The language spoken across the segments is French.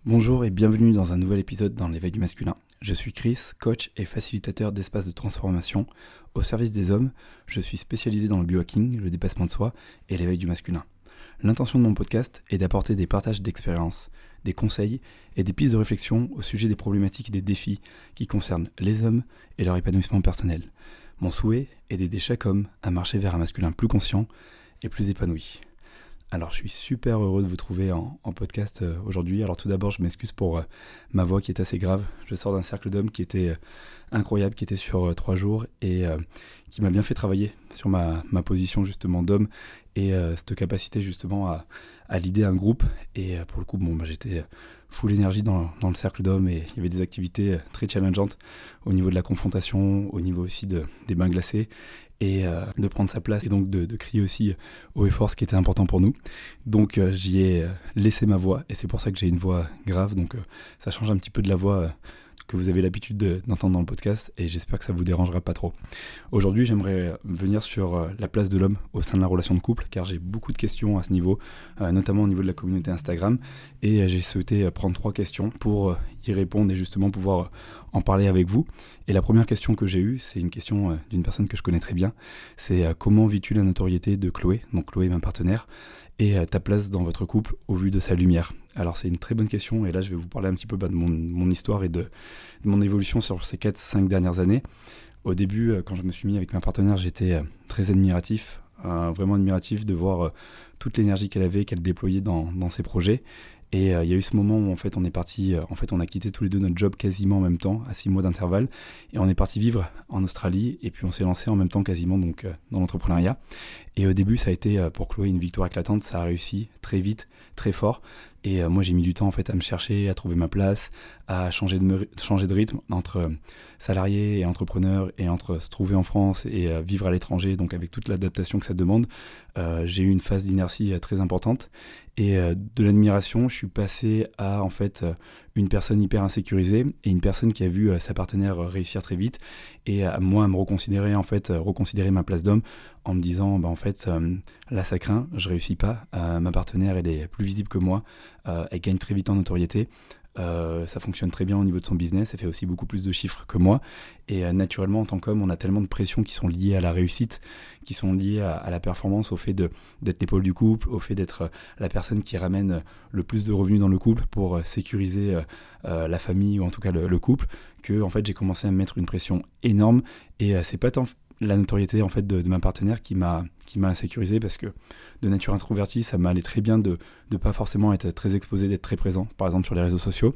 Bonjour et bienvenue dans un nouvel épisode dans l'éveil du masculin. Je suis Chris, coach et facilitateur d'espaces de transformation au service des hommes. Je suis spécialisé dans le biohacking, le dépassement de soi et l'éveil du masculin. L'intention de mon podcast est d'apporter des partages d'expériences, des conseils et des pistes de réflexion au sujet des problématiques et des défis qui concernent les hommes et leur épanouissement personnel. Mon souhait est d'aider chaque homme à marcher vers un masculin plus conscient et plus épanoui. Alors je suis super heureux de vous trouver en podcast aujourd'hui. Alors tout d'abord je m'excuse pour ma voix qui est assez grave. Je sors d'un cercle d'hommes qui était incroyable, qui était sur 3 jours et qui m'a bien fait travailler sur ma position justement d'homme et cette capacité justement à leader un groupe. Et pour le coup j'étais full énergie dans le cercle d'hommes et il y avait des activités très challengeantes au niveau de la confrontation, au niveau aussi des bains glacés. Et de prendre sa place et donc de crier aussi haut et fort ce qui était important pour nous. Donc j'y ai laissé ma voix et c'est pour ça que j'ai une voix grave, donc ça change un petit peu de la voix que vous avez l'habitude d'entendre dans le podcast et j'espère que ça vous dérangera pas trop. Aujourd'hui j'aimerais venir sur la place de l'homme au sein de la relation de couple car j'ai beaucoup de questions à ce niveau, notamment au niveau de la communauté Instagram et j'ai souhaité prendre 3 questions pour y répondre et justement pouvoir en parler avec vous. Et la première question que j'ai eue, c'est une question d'une personne que je connais très bien, c'est comment vis-tu la notoriété de Chloé, donc Chloé ma partenaire, et ta place dans votre couple au vu de sa lumière. Alors c'est une très bonne question et là je vais vous parler un petit peu de mon histoire et de mon évolution sur ces 4-5 dernières années. Au début, quand je me suis mis avec ma partenaire, j'étais très admiratif, vraiment admiratif de voir toute l'énergie qu'elle avait, qu'elle déployait dans ses projets. Et il y a eu ce moment où en fait on est parti, on a quitté tous les deux notre job quasiment en même temps, à 6 mois d'intervalle, et on est parti vivre en Australie, et puis on s'est lancé en même temps quasiment donc dans l'entrepreneuriat. Et au début ça a été pour Chloé une victoire éclatante, ça a réussi très vite, très fort, et moi j'ai mis du temps en fait à me chercher, à trouver ma place, à changer de rythme entre salarié et entrepreneur, et entre se trouver en France et vivre à l'étranger, donc avec toute l'adaptation que ça demande. J'ai eu une phase d'inertie très importante. Et de l'admiration, je suis passé à en fait une personne hyper insécurisée et une personne qui a vu sa partenaire réussir très vite et moi à me reconsidérer reconsidérer ma place d'homme en me disant là ça craint, je réussis pas, ma partenaire elle est plus visible que moi, elle gagne très vite en notoriété. Ça fonctionne très bien au niveau de son business, elle fait aussi beaucoup plus de chiffres que moi et naturellement en tant qu'homme on a tellement de pressions qui sont liées à la réussite, qui sont liées à la performance, au fait d'être l'épaule du couple, au fait d'être la personne qui ramène le plus de revenus dans le couple pour sécuriser la famille ou en tout cas le couple, que en fait j'ai commencé à me mettre une pression énorme et c'est pas tant la notoriété en fait de ma partenaire qui m'a insécurisé parce que de nature introvertie ça m'allait très bien de pas forcément être très exposé, d'être très présent par exemple sur les réseaux sociaux.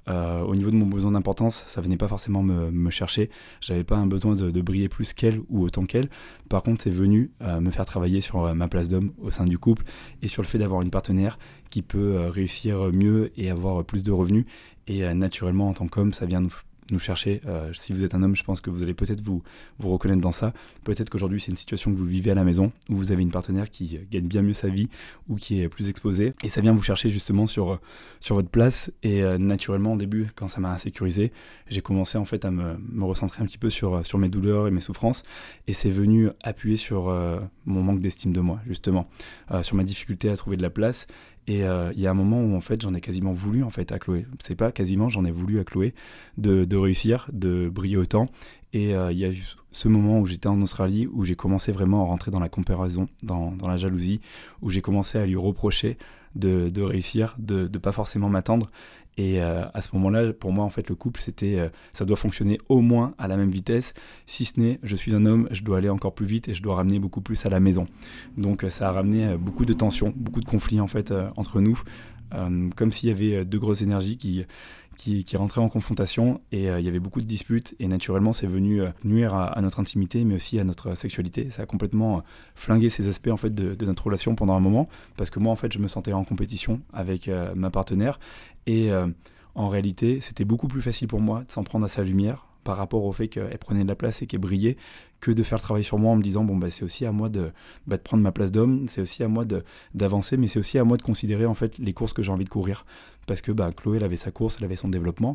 Au niveau de mon besoin d'importance ça venait pas forcément me chercher, j'avais pas un besoin de briller plus qu'elle ou autant qu'elle. Par contre c'est venu me faire travailler sur ma place d'homme au sein du couple et sur le fait d'avoir une partenaire qui peut réussir mieux et avoir plus de revenus et naturellement en tant qu'homme ça vient nous chercher. Si vous êtes un homme, je pense que vous allez peut-être vous reconnaître dans ça. Peut-être qu'aujourd'hui, c'est une situation que vous vivez à la maison, où vous avez une partenaire qui gagne bien mieux sa vie ou qui est plus exposée. Et ça vient vous chercher justement sur votre place. Et naturellement, au début, quand ça m'a insécurisé, j'ai commencé en fait à me recentrer un petit peu sur mes douleurs et mes souffrances. Et c'est venu appuyer sur mon manque d'estime de moi, justement, sur ma difficulté à trouver de la place. Et il y a un moment où en fait j'en ai quasiment voulu en fait à Chloé, c'est pas quasiment, j'en ai voulu à Chloé de réussir, de briller autant. Et il y a eu ce moment où j'étais en Australie où j'ai commencé vraiment à rentrer dans la comparaison, dans la jalousie, où j'ai commencé à lui reprocher de réussir, de pas forcément m'attendre. Et à ce moment-là, pour moi, en fait, le couple, c'était, ça doit fonctionner au moins à la même vitesse. Si ce n'est, je suis un homme, je dois aller encore plus vite et je dois ramener beaucoup plus à la maison. Donc, ça a ramené beaucoup de tensions, beaucoup de conflits en fait entre nous, comme s'il y avait deux grosses énergies qui rentraient en confrontation et il y avait beaucoup de disputes et naturellement c'est venu nuire à notre intimité mais aussi à notre sexualité. Ça a complètement flingué ces aspects en fait de notre relation pendant un moment parce que moi en fait je me sentais en compétition avec ma partenaire et en réalité c'était beaucoup plus facile pour moi de s'en prendre à sa lumière par rapport au fait qu'elle prenait de la place et qu'elle brillait, que de faire le travail sur moi en me disant c'est aussi à moi de prendre ma place d'homme, c'est aussi à moi d'avancer, mais c'est aussi à moi de considérer en fait les courses que j'ai envie de courir. Parce que Chloé elle avait sa course, elle avait son développement,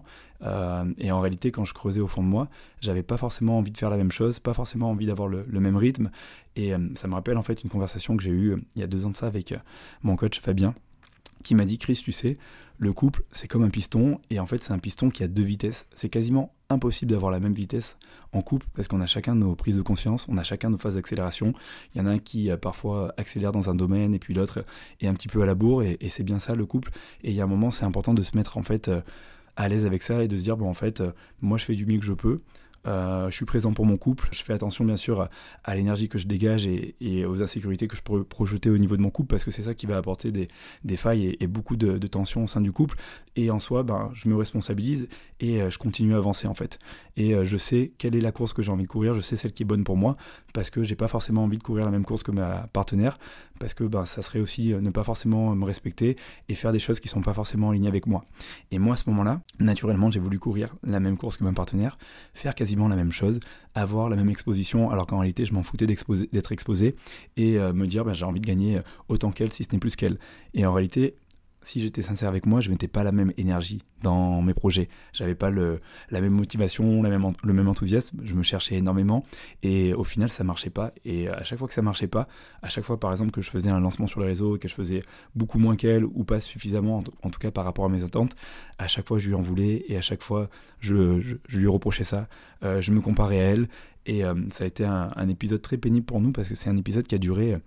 et en réalité quand je creusais au fond de moi, j'avais pas forcément envie de faire la même chose, pas forcément envie d'avoir le même rythme, et ça me rappelle en fait une conversation que j'ai eue il y a 2 ans de ça avec mon coach Fabien, qui m'a dit: Chris, tu sais, le couple, c'est comme un piston, et en fait, c'est un piston qui a 2 vitesses. C'est quasiment impossible d'avoir la même vitesse en couple, parce qu'on a chacun nos prises de conscience, on a chacun nos phases d'accélération. Il y en a un qui parfois accélère dans un domaine, et puis l'autre est un petit peu à la bourre, et c'est bien ça le couple. Et il y a un moment, c'est important de se mettre en fait à l'aise avec ça, et de se dire, bon en fait, moi je fais du mieux que je peux. Je suis présent pour mon couple, je fais attention bien sûr à l'énergie que je dégage et aux insécurités que je peux projeter au niveau de mon couple, parce que c'est ça qui va apporter des failles et beaucoup de tensions au sein du couple. Et en soi, je me responsabilise et je continue à avancer en fait. Et je sais quelle est la course que j'ai envie de courir, je sais celle qui est bonne pour moi, parce que j'ai pas forcément envie de courir la même course que ma partenaire, parce que ça serait aussi ne pas forcément me respecter et faire des choses qui sont pas forcément alignées avec moi. Et moi à ce moment-là, naturellement, j'ai voulu courir la même course que ma partenaire, faire quasiment la même chose, avoir la même exposition, alors qu'en réalité je m'en foutais d'être exposé, et me dire j'ai envie de gagner autant qu'elle, si ce n'est plus qu'elle. Et en réalité, si j'étais sincère avec moi, je mettais pas la même énergie dans mes projets. J'avais pas la même motivation, le même enthousiasme. Je me cherchais énormément et au final, ça marchait pas. Et à chaque fois que ça marchait pas, à chaque fois par exemple que je faisais un lancement sur les réseaux et que je faisais beaucoup moins qu'elle ou pas suffisamment, en tout cas par rapport à mes attentes, à chaque fois je lui en voulais et à chaque fois je lui reprochais ça. Je me comparais à elle et ça a été un épisode très pénible pour nous parce que c'est un épisode qui a duré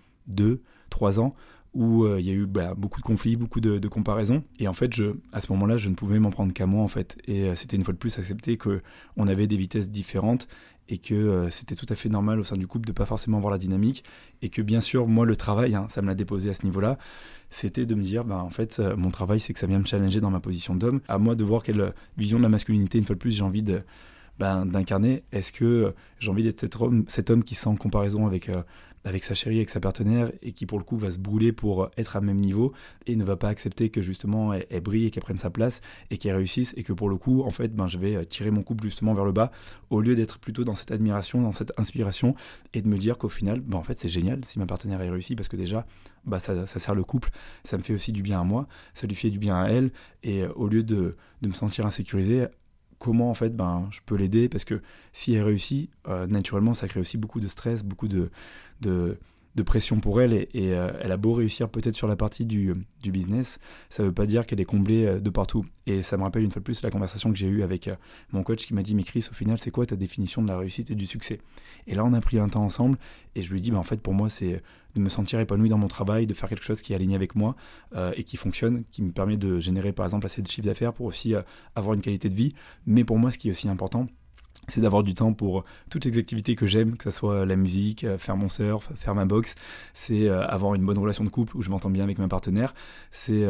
2-3 ans où il y a eu beaucoup de conflits, beaucoup de comparaisons. Et en fait, à ce moment-là, je ne pouvais m'en prendre qu'à moi, en fait. Et c'était une fois de plus accepter qu'on avait des vitesses différentes et que c'était tout à fait normal au sein du couple de ne pas forcément avoir la dynamique. Et que bien sûr, moi, le travail, ça me l'a déposé à ce niveau-là, c'était de me dire, en fait, mon travail, c'est que ça vient me challenger dans ma position d'homme. À moi de voir quelle vision de la masculinité, une fois de plus, j'ai envie d'incarner. Est-ce que j'ai envie d'être cet homme qui sent en comparaison avec sa chérie, avec sa partenaire, et qui pour le coup va se brûler pour être à même niveau, et ne va pas accepter que justement elle brille et qu'elle prenne sa place, et qu'elle réussisse, et que pour le coup, en fait, je vais tirer mon couple justement vers le bas, au lieu d'être plutôt dans cette admiration, dans cette inspiration, et de me dire qu'au final, en fait, c'est génial si ma partenaire a réussi, parce que déjà, ça sert le couple, ça me fait aussi du bien à moi, ça lui fait du bien à elle, et au lieu de me sentir insécurisé, comment en fait je peux l'aider, parce que si elle réussit, naturellement ça crée aussi beaucoup de stress, beaucoup de pression pour elle, et elle a beau réussir peut-être sur la partie du business, ça veut pas dire qu'elle est comblée de partout. Et ça me rappelle une fois de plus la conversation que j'ai eue avec mon coach qui m'a dit, mais Chris, au final c'est quoi ta définition de la réussite et du succès? Et là on a pris un temps ensemble et je lui ai dit en fait pour moi c'est de me sentir épanoui dans mon travail, de faire quelque chose qui est aligné avec moi et qui fonctionne, qui me permet de générer par exemple assez de chiffre d'affaires pour aussi avoir une qualité de vie. Mais pour moi ce qui est aussi important, c'est d'avoir du temps pour toutes les activités que j'aime, que ce soit la musique, faire mon surf, faire ma boxe, c'est avoir une bonne relation de couple où je m'entends bien avec ma partenaire, c'est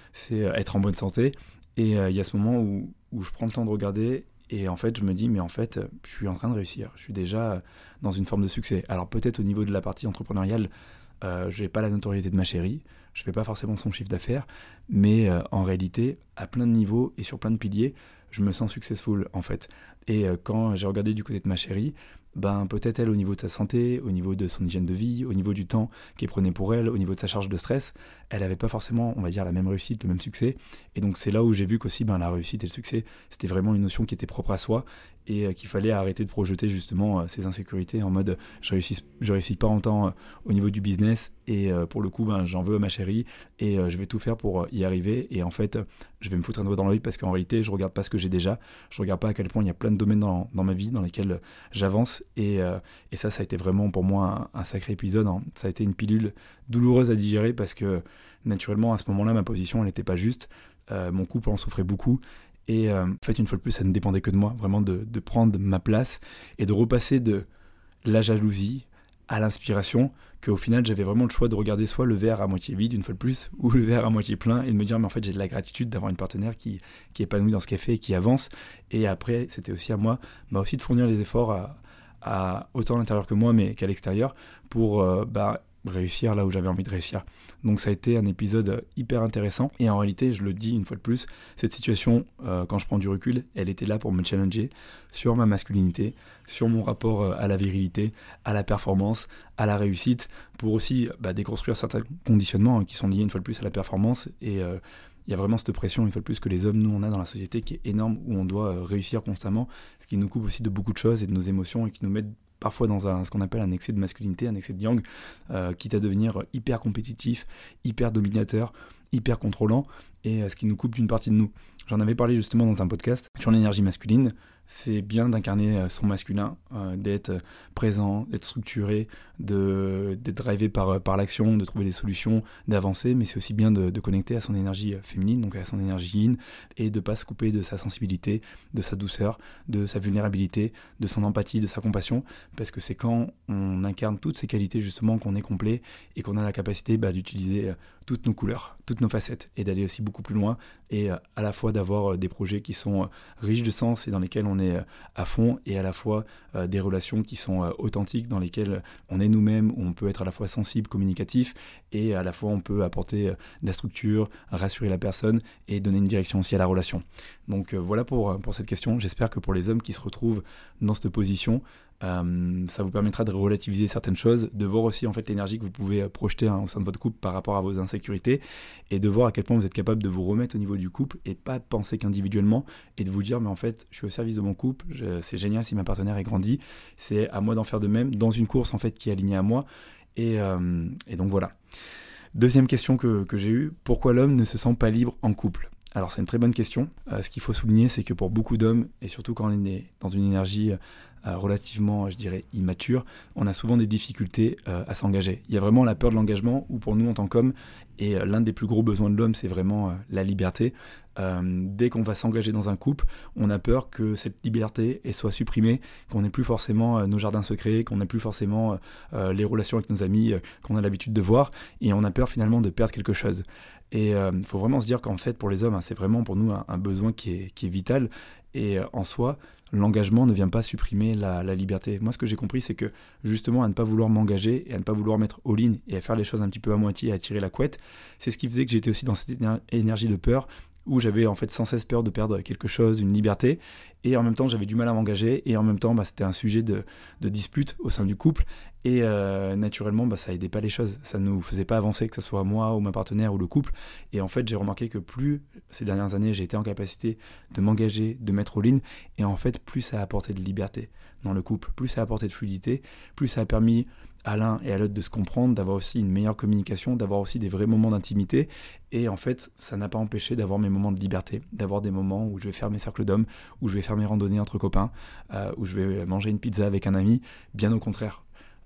être en bonne santé. Et il y a ce moment où je prends le temps de regarder et en fait je me dis mais en fait je suis en train de réussir, je suis déjà dans une forme de succès. Alors peut-être au niveau de la partie entrepreneuriale, je n'ai pas la notoriété de ma chérie, je ne fais pas forcément son chiffre d'affaires, mais en réalité à plein de niveaux et sur plein de piliers, je me sens successful en fait. Et quand j'ai regardé du côté de ma chérie, peut-être elle au niveau de sa santé, au niveau de son hygiène de vie, au niveau du temps qu'elle prenait pour elle, au niveau de sa charge de stress, elle n'avait pas forcément, on va dire, la même réussite, le même succès. Et donc c'est là où j'ai vu qu'aussi la réussite et le succès, c'était vraiment une notion qui était propre à soi et qu'il fallait arrêter de projeter justement ces insécurités en mode je réussis pas en temps au niveau du business et pour le coup j'en veux à ma chérie et je vais tout faire pour y arriver et en fait je vais me foutre un doigt dans l'œil parce qu'en réalité je regarde pas ce que j'ai déjà, je regarde pas à quel point il y a plein de domaines dans ma vie dans lesquels j'avance et ça a été vraiment pour moi un sacré épisode, hein. Ça a été une pilule douloureuse à digérer parce que naturellement à ce moment-là ma position elle n'était pas juste, mon couple en souffrait beaucoup. Et en fait, une fois de plus, ça ne dépendait que de moi, vraiment de prendre ma place et de repasser de la jalousie à l'inspiration, qu'au final, j'avais vraiment le choix de regarder soit le verre à moitié vide, une fois de plus, ou le verre à moitié plein, et de me dire, mais en fait, j'ai de la gratitude d'avoir une partenaire qui est épanouie dans ce qu'elle fait et qui avance. Et après, c'était aussi à moi aussi de fournir les efforts à autant à l'intérieur que moi, mais qu'à l'extérieur, pour réussir là où j'avais envie de réussir. Donc ça a été un épisode hyper intéressant et en réalité je le dis une fois de plus, cette situation quand je prends du recul, elle était là pour me challenger sur ma masculinité, sur mon rapport à la virilité, à la performance, à la réussite, pour aussi déconstruire certains conditionnements qui sont liés une fois de plus à la performance et il y a vraiment cette pression une fois de plus que les hommes nous on a dans la société qui est énorme où on doit réussir constamment, ce qui nous coupe aussi de beaucoup de choses et de nos émotions et qui nous met parfois dans ce qu'on appelle un excès de masculinité, un excès de yang, quitte à devenir hyper compétitif, hyper dominateur, hyper contrôlant. et ce qui nous coupe d'une partie de nous. J'en avais parlé justement dans un podcast sur l'énergie masculine. C'est bien d'incarner son masculin, d'être présent, d'être structuré, d'être drivé par l'action, de trouver des solutions, d'avancer, mais c'est aussi bien de connecter à son énergie féminine, donc à son énergie yin, et de ne pas se couper de sa sensibilité, de sa douceur, de sa vulnérabilité, de son empathie, de sa compassion, parce que c'est quand on incarne toutes ces qualités justement qu'on est complet et qu'on a la capacité d'utiliser toutes nos couleurs, toutes nos facettes, et d'aller aussi beaucoup plus loin, et à la fois d'avoir des projets qui sont riches de sens et dans lesquels on est à fond, et à la fois des relations qui sont authentiques, dans lesquelles on est nous-mêmes, où on peut être à la fois sensible, communicatif, et à la fois on peut apporter de la structure, rassurer la personne et donner une direction aussi à la relation. Donc voilà pour cette question. J'espère que pour les hommes qui se retrouvent dans cette position, ça vous permettra de relativiser certaines choses, de voir aussi en fait l'énergie que vous pouvez projeter au sein de votre couple par rapport à vos insécurités, et de voir à quel point vous êtes capable de vous remettre au niveau du couple et pas penser qu'individuellement, et de vous dire mais en fait je suis au service de mon couple, c'est génial si ma partenaire est grandie, c'est à moi d'en faire de même dans une course en fait qui est alignée à moi, et donc voilà. Deuxième question que j'ai eue, pourquoi l'homme ne se sent pas libre en couple ? Alors c'est une très bonne question. Ce qu'il faut souligner, c'est que pour beaucoup d'hommes, et surtout quand on est dans une énergie relativement, je dirais, immature, on a souvent des difficultés à s'engager. Il y a vraiment la peur de l'engagement, où pour nous en tant qu'hommes, et l'un des plus gros besoins de l'homme, c'est vraiment la liberté. Dès qu'on va s'engager dans un couple, on a peur que cette liberté soit supprimée, qu'on n'ait plus forcément nos jardins secrets, qu'on n'ait plus forcément les relations avec nos amis qu'on a l'habitude de voir, et on a peur finalement de perdre quelque chose. Et il faut vraiment se dire qu'en fait, pour les hommes, c'est vraiment pour nous un besoin qui est vital. Et en soi, l'engagement ne vient pas supprimer la liberté. Moi, ce que j'ai compris, c'est que justement, à ne pas vouloir m'engager et à ne pas vouloir mettre all-in et à faire les choses un petit peu à moitié et à tirer la couette, c'est ce qui faisait que j'étais aussi dans cette énergie de peur, où j'avais en fait sans cesse peur de perdre quelque chose, une liberté, et en même temps j'avais du mal à m'engager, et en même temps c'était un sujet de dispute au sein du couple, et naturellement ça aidait pas les choses, ça nous faisait pas avancer, que ce soit moi ou ma partenaire ou le couple. Et en fait j'ai remarqué que plus ces dernières années j'ai été en capacité de m'engager, de mettre all-in, et en fait plus ça a apporté de liberté dans le couple, plus ça a apporté de fluidité, plus ça a permis à l'un et à l'autre de se comprendre, d'avoir aussi une meilleure communication, d'avoir aussi des vrais moments d'intimité. Et en fait, ça n'a pas empêché d'avoir mes moments de liberté, d'avoir des moments où je vais faire mes cercles d'hommes, où je vais faire mes randonnées entre copains, où je vais manger une pizza avec un ami. Bien au contraire.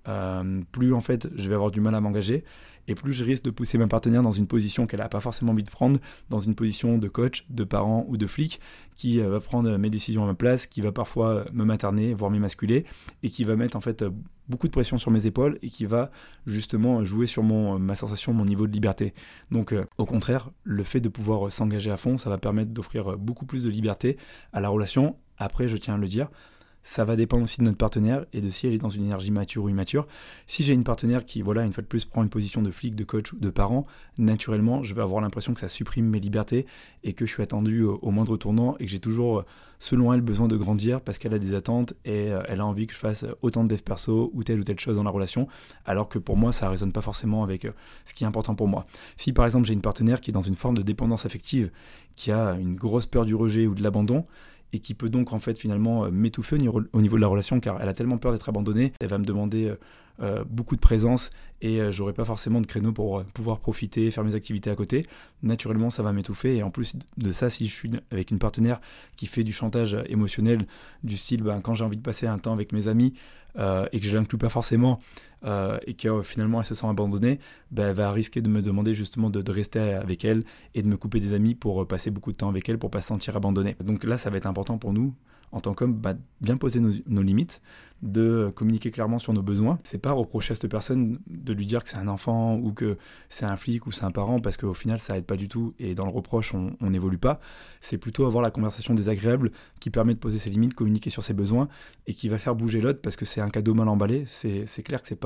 Plus en fait, je vais avoir du mal à m'engager, et plus je risque de pousser ma partenaire dans une position qu'elle n'a pas forcément envie de prendre, dans une position de coach, de parent ou de flic, qui va prendre mes décisions à ma place, qui va parfois me materner, voire m'émasculer, et qui va mettre en fait beaucoup de pression sur mes épaules, et qui va justement jouer sur ma sensation, mon niveau de liberté. Donc au contraire, le fait de pouvoir s'engager à fond, ça va permettre d'offrir beaucoup plus de liberté à la relation. Après, je tiens à le dire, ça va dépendre aussi de notre partenaire et de si elle est dans une énergie mature ou immature. Si j'ai une partenaire qui, une fois de plus, prend une position de flic, de coach ou de parent, naturellement, je vais avoir l'impression que ça supprime mes libertés et que je suis attendu au moindre tournant, et que j'ai toujours, selon elle, besoin de grandir parce qu'elle a des attentes et elle a envie que je fasse autant de dev perso ou telle chose dans la relation, alors que pour moi, ça ne résonne pas forcément avec ce qui est important pour moi. Si par exemple, j'ai une partenaire qui est dans une forme de dépendance affective, qui a une grosse peur du rejet ou de l'abandon, et qui peut donc en fait finalement m'étouffer au niveau de la relation, car elle a tellement peur d'être abandonnée, elle va me demander beaucoup de présence, et j'aurai pas forcément de créneau pour pouvoir profiter, faire mes activités à côté. Naturellement ça va m'étouffer, et en plus de ça, si je suis avec une partenaire qui fait du chantage émotionnel du style quand j'ai envie de passer un temps avec mes amis et que je l'inclus pas forcément, et que finalement elle se sent abandonnée, elle va risquer de me demander justement de rester avec elle et de me couper des amis pour passer beaucoup de temps avec elle, pour pas se sentir abandonnée. Donc là ça va être important pour nous en tant qu'hommes, bien poser nos limites, de communiquer clairement sur nos besoins. C'est pas reprocher à cette personne de lui dire que c'est un enfant ou que c'est un flic ou c'est un parent, parce qu'au final ça aide pas du tout, et dans le reproche on n'évolue pas. C'est plutôt avoir la conversation désagréable qui permet de poser ses limites, communiquer sur ses besoins, et qui va faire bouger l'autre, parce que c'est un cadeau mal emballé. C'est clair que c'est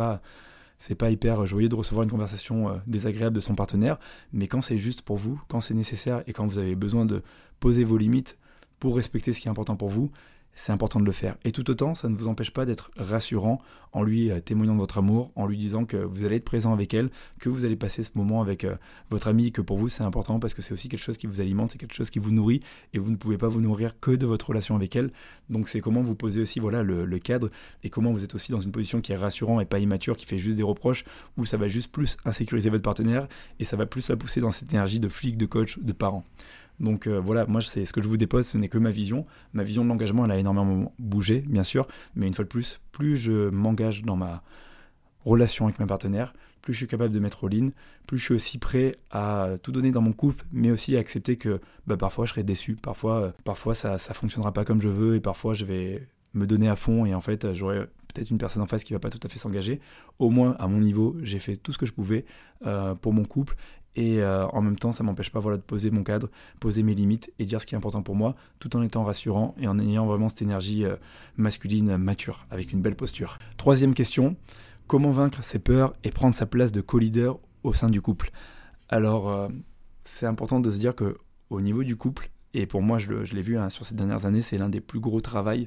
pas hyper joyeux de recevoir une conversation désagréable de son partenaire, mais quand c'est juste pour vous, quand c'est nécessaire et quand vous avez besoin de poser vos limites pour respecter ce qui est important pour vous, c'est important de le faire. Et tout autant, ça ne vous empêche pas d'être rassurant en lui témoignant de votre amour, en lui disant que vous allez être présent avec elle, que vous allez passer ce moment avec votre amie, que pour vous c'est important parce que c'est aussi quelque chose qui vous alimente, c'est quelque chose qui vous nourrit et vous ne pouvez pas vous nourrir que de votre relation avec elle. Donc c'est comment vous posez aussi le cadre et comment vous êtes aussi dans une position qui est rassurant et pas immature, qui fait juste des reproches, où ça va juste plus insécuriser votre partenaire et ça va plus la pousser dans cette énergie de flic, de coach, de parent. Donc voilà, moi c'est ce que je vous dépose, ce n'est que ma vision. Ma vision de l'engagement, elle a énormément bougé, bien sûr, mais une fois de plus je m'engage dans ma relation avec ma partenaire, plus je suis capable de mettre all-in, plus je suis aussi prêt à tout donner dans mon couple, mais aussi à accepter que parfois je serai déçu, parfois ça fonctionnera pas comme je veux, et parfois je vais me donner à fond, et en fait j'aurai peut-être une personne en face qui va pas tout à fait s'engager. Au moins, à mon niveau, j'ai fait tout ce que je pouvais pour mon couple, et en même temps ça m'empêche pas de poser mon cadre, poser mes limites et dire ce qui est important pour moi, tout en étant rassurant et en ayant vraiment cette énergie masculine mature, avec une belle posture. Troisième question, comment vaincre ses peurs et prendre sa place de co-leader au sein du couple? Alors c'est important de se dire qu'au niveau du couple, et pour moi je l'ai vu sur ces dernières années, c'est l'un des plus gros travails.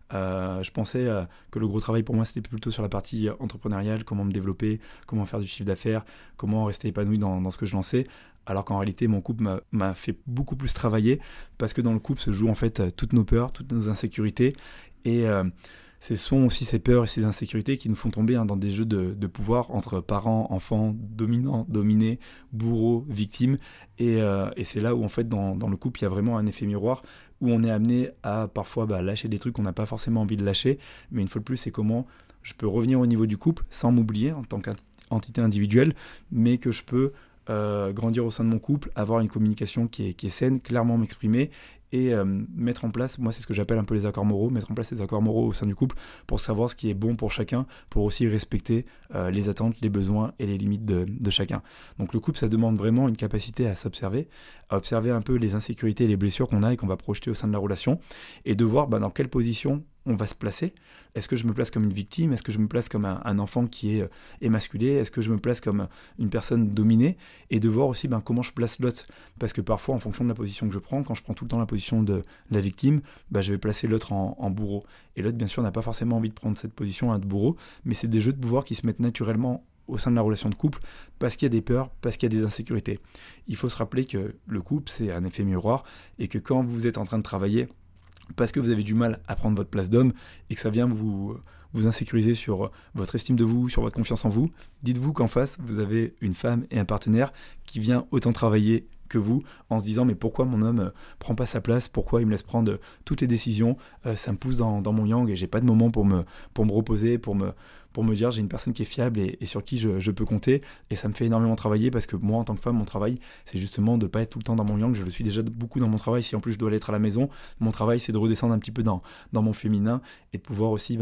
Je pensais que le gros travail pour moi c'était plutôt sur la partie entrepreneuriale, comment me développer, comment faire du chiffre d'affaires, comment rester épanoui dans ce que je lançais, alors qu'en réalité mon couple m'a fait beaucoup plus travailler, parce que dans le couple se jouent en fait toutes nos peurs, toutes nos insécurités, et ce sont aussi ces peurs et ces insécurités qui nous font tomber dans des jeux de pouvoir entre parents, enfants, dominants, dominés, bourreaux, victimes. Et c'est là où en fait dans le couple il y a vraiment un effet miroir, où on est amené à parfois lâcher des trucs qu'on n'a pas forcément envie de lâcher. Mais une fois de plus, c'est comment je peux revenir au niveau du couple sans m'oublier en tant qu'entité individuelle, mais que je peux grandir au sein de mon couple, avoir une communication qui est saine, clairement m'exprimer, et mettre en place, moi c'est ce que j'appelle un peu les accords moraux, mettre en place les accords moraux au sein du couple pour savoir ce qui est bon pour chacun, pour aussi respecter les attentes, les besoins et les limites de chacun. Donc le couple, ça demande vraiment une capacité à s'observer, à observer un peu les insécurités et les blessures qu'on a et qu'on va projeter au sein de la relation, et de voir dans quelle position on va se placer. Est-ce que je me place comme une victime? Est-ce que je me place comme un enfant qui est émasculé? Est-ce que je me place comme une personne dominée? Et de voir aussi comment je place l'autre. Parce que parfois, en fonction de la position que je prends, quand je prends tout le temps la position de la victime, je vais placer l'autre en bourreau. Et l'autre, bien sûr, n'a pas forcément envie de prendre cette position de bourreau, mais c'est des jeux de pouvoir qui se mettent naturellement au sein de la relation de couple, parce qu'il y a des peurs, parce qu'il y a des insécurités. Il faut se rappeler que le couple, c'est un effet miroir, et que quand vous êtes en train de travailler, parce que vous avez du mal à prendre votre place d'homme et que ça vient vous insécuriser sur votre estime de vous, sur votre confiance en vous, dites-vous qu'en face, vous avez une femme et un partenaire qui vient autant travailler que vous, en se disant mais pourquoi mon homme prend pas sa place, pourquoi il me laisse prendre toutes les décisions, ça me pousse dans mon yang et j'ai pas de moment pour me reposer, pour me dire j'ai une personne qui est fiable et sur qui je peux compter, et ça me fait énormément travailler, parce que moi en tant que femme, mon travail c'est justement de pas être tout le temps dans mon yang. Je le suis déjà beaucoup dans mon travail, si en plus je dois l'être à la maison, mon travail c'est de redescendre un petit peu dans mon féminin et de pouvoir aussi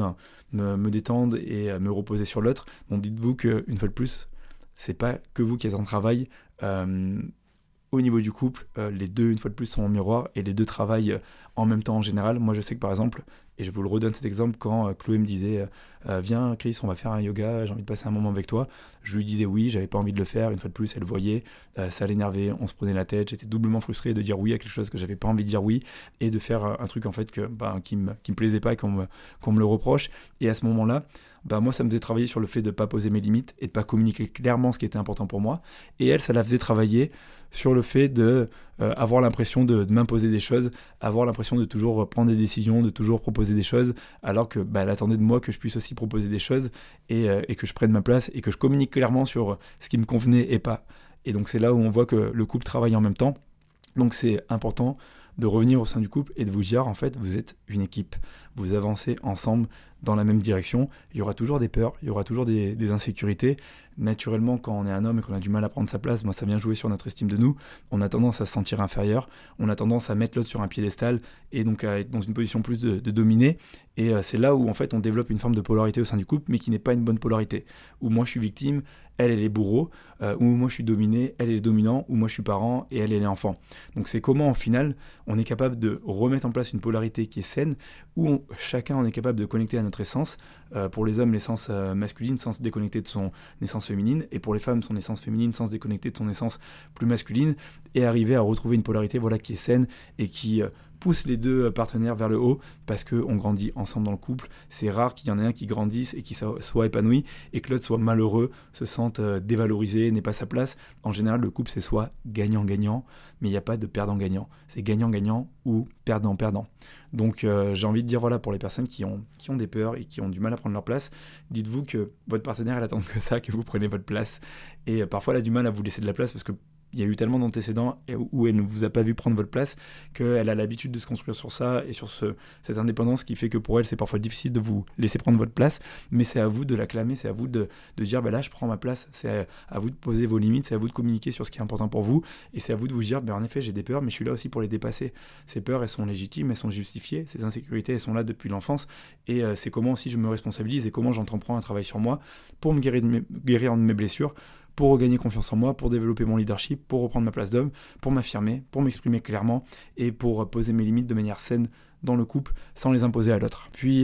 me détendre et me reposer sur l'autre. Donc dites-vous qu'une fois de plus, c'est pas que vous qui êtes en travail. Au niveau du couple, les deux, une fois de plus, sont en miroir et les deux travaillent en même temps en général. Moi, je sais que par exemple, et je vous le redonne cet exemple, quand Chloé me disait viens Chris, on va faire un yoga, j'ai envie de passer un moment avec toi, je lui disais oui, j'avais pas envie de le faire. Une fois de plus, elle voyait, ça l'énervait, on se prenait la tête, j'étais doublement frustré de dire oui à quelque chose que j'avais pas envie de dire oui, et de faire un truc en fait qui me plaisait pas et qu'on me le reproche. Et à ce moment-là, moi ça me faisait travailler sur le fait de pas poser mes limites et de pas communiquer clairement ce qui était important pour moi, et elle, ça la faisait travailler sur le fait de avoir l'impression de m'imposer des choses, avoir l'impression de toujours prendre des décisions, de toujours proposer des choses, alors que elle attendait de moi que je puisse aussi proposer des choses, et que je prenne ma place et que je communique clairement sur ce qui me convenait et pas. Et donc c'est là où on voit que le couple travaille en même temps. Donc c'est important de revenir au sein du couple et de vous dire en fait vous êtes une équipe, vous avancez ensemble dans la même direction. Il y aura toujours des peurs, il y aura toujours des insécurités. Naturellement, quand on est un homme et qu'on a du mal à prendre sa place, ça vient jouer sur notre estime de nous. On a tendance à se sentir inférieur, on a tendance à mettre l'autre sur un piédestal et donc à être dans une position plus de dominer. Et c'est là où en fait on développe une forme de polarité au sein du couple, mais qui n'est pas une bonne polarité. Où moi je suis victime, elle est bourreau, où moi je suis dominé, elle est dominant, où moi je suis parent et elle est enfant. Donc c'est comment au final on est capable de remettre en place une polarité qui est saine, où chacun on est capable de connecter à notre essence. Pour les hommes, l'essence masculine sans se déconnecter de son essence féminine, et pour les femmes, son essence féminine sans se déconnecter de son essence plus masculine, et arriver à retrouver une polarité qui est saine et qui pousse les deux partenaires vers le haut parce qu'on grandit ensemble dans le couple. C'est rare qu'il y en ait un qui grandisse et qui soit épanoui et que l'autre soit malheureux, se sente dévalorisé, n'ait pas sa place. En général, le couple, c'est soit gagnant-gagnant, mais il n'y a pas de perdant-gagnant. C'est gagnant-gagnant ou perdant-perdant. Donc j'ai envie de dire, voilà, pour les personnes qui ont des peurs et qui ont du mal à prendre leur place, dites-vous que votre partenaire, elle attend que ça, que vous preniez votre place. Et parfois, elle a du mal à vous laisser de la place parce que il y a eu tellement d'antécédents où elle ne vous a pas vu prendre votre place qu'elle a l'habitude de se construire sur ça et sur cette indépendance qui fait que pour elle, c'est parfois difficile de vous laisser prendre votre place. Mais c'est à vous de l'acclamer, c'est à vous de dire là, je prends ma place. C'est à vous de poser vos limites, c'est à vous de communiquer sur ce qui est important pour vous. Et c'est à vous de vous dire, en effet, j'ai des peurs, mais je suis là aussi pour les dépasser. Ces peurs, elles sont légitimes, elles sont justifiées. Ces insécurités, elles sont là depuis l'enfance. Et c'est comment aussi je me responsabilise et comment j'entreprends un travail sur moi pour me guérir de mes blessures, pour regagner confiance en moi, pour développer mon leadership, pour reprendre ma place d'homme, pour m'affirmer, pour m'exprimer clairement et pour poser mes limites de manière saine dans le couple sans les imposer à l'autre. Puis,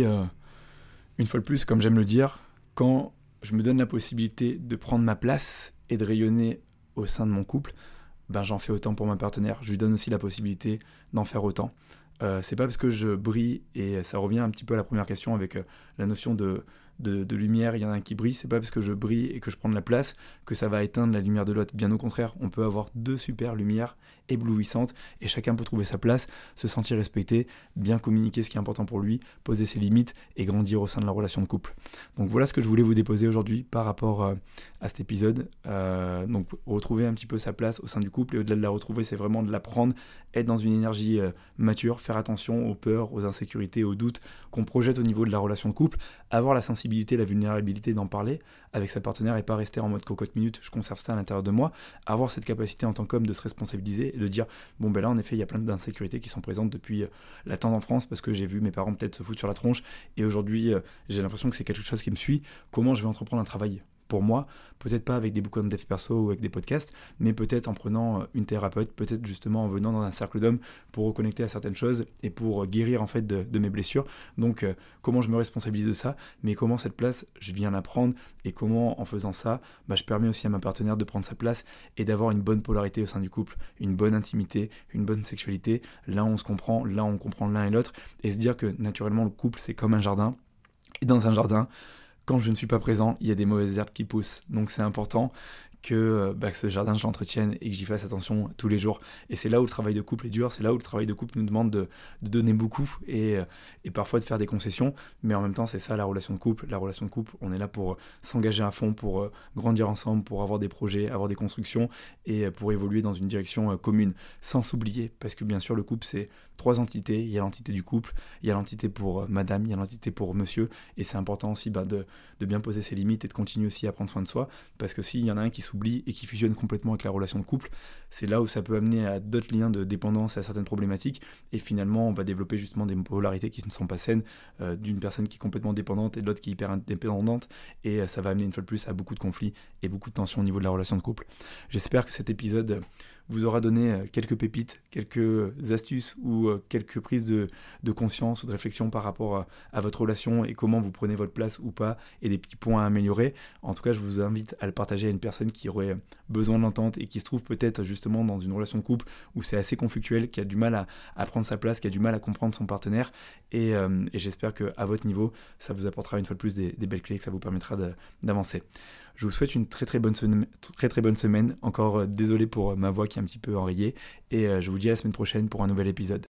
une fois de plus, comme j'aime le dire, quand je me donne la possibilité de prendre ma place et de rayonner au sein de mon couple, j'en fais autant pour ma partenaire. Je lui donne aussi la possibilité d'en faire autant. C'est pas parce que je brille, et ça revient un petit peu à la première question avec la notion de lumière, il y en a un qui brille, c'est pas parce que je brille et que je prends de la place que ça va éteindre la lumière de l'autre. Bien au contraire, on peut avoir deux super lumières éblouissantes et chacun peut trouver sa place, se sentir respecté, bien communiquer ce qui est important pour lui, poser ses limites et grandir au sein de la relation de couple. Donc voilà ce que je voulais vous déposer aujourd'hui par rapport à cet épisode. Donc retrouver un petit peu sa place au sein du couple, et au-delà de la retrouver, c'est vraiment de la prendre, être dans une énergie mature, faire attention aux peurs, aux insécurités, aux doutes qu'on projette au niveau de la relation de couple, avoir la sensibilité, la vulnérabilité d'en parler avec sa partenaire et pas rester en mode cocotte minute, je conserve ça à l'intérieur de moi, avoir cette capacité en tant qu'homme de se responsabiliser et de dire, là en effet il y a plein d'insécurités qui sont présentes depuis la tendre enfance parce que j'ai vu mes parents peut-être se foutre sur la tronche et aujourd'hui j'ai l'impression que c'est quelque chose qui me suit. Comment je vais entreprendre un travail pour moi, peut-être pas avec des bouquins de dev perso ou avec des podcasts, mais peut-être en prenant une thérapeute, peut-être justement en venant dans un cercle d'hommes pour reconnecter à certaines choses et pour guérir en fait de mes blessures. Donc comment je me responsabilise de ça, mais comment cette place je viens la prendre et comment en faisant ça, je permets aussi à ma partenaire de prendre sa place et d'avoir une bonne polarité au sein du couple, une bonne intimité, une bonne sexualité. Là on se comprend, là on comprend l'un et l'autre et se dire que naturellement le couple c'est comme un jardin et dans un jardin, quand je ne suis pas présent, il y a des mauvaises herbes qui poussent. Donc c'est important que ce jardin, je l'entretienne et que j'y fasse attention tous les jours. Et c'est là où le travail de couple est dur, c'est là où le travail de couple nous demande de donner beaucoup et parfois de faire des concessions. Mais en même temps, c'est ça la relation de couple. La relation de couple, on est là pour s'engager à fond, pour grandir ensemble, pour avoir des projets, avoir des constructions et pour évoluer dans une direction commune. Sans s'oublier, parce que bien sûr, le couple, c'est 3 entités. Il y a l'entité du couple, il y a l'entité pour madame, il y a l'entité pour monsieur. Et c'est important aussi de bien poser ses limites et de continuer aussi à prendre soin de soi. Parce que s'il y en a un qui s'oublie et qui fusionne complètement avec la relation de couple, c'est là où ça peut amener à d'autres liens de dépendance et à certaines problématiques. Et finalement, on va développer justement des polarités qui ne sont pas saines, d'une personne qui est complètement dépendante et de l'autre qui est hyper indépendante. Et ça va amener une fois de plus à beaucoup de conflits et beaucoup de tensions au niveau de la relation de couple. J'espère que cet épisode vous aura donné quelques pépites, quelques astuces ou quelques prises de conscience ou de réflexion par rapport à votre relation et comment vous prenez votre place ou pas et des petits points à améliorer. En tout cas, je vous invite à le partager à une personne qui aurait besoin de l'entente et qui se trouve peut-être justement dans une relation de couple où c'est assez conflictuel, qui a du mal à prendre sa place, qui a du mal à comprendre son partenaire et j'espère qu'à votre niveau, ça vous apportera une fois de plus des belles clés, que ça vous permettra d'avancer. Je vous souhaite une très très bonne semaine. Encore désolé pour ma voix qui est un petit peu enrayée. Et je vous dis à la semaine prochaine pour un nouvel épisode.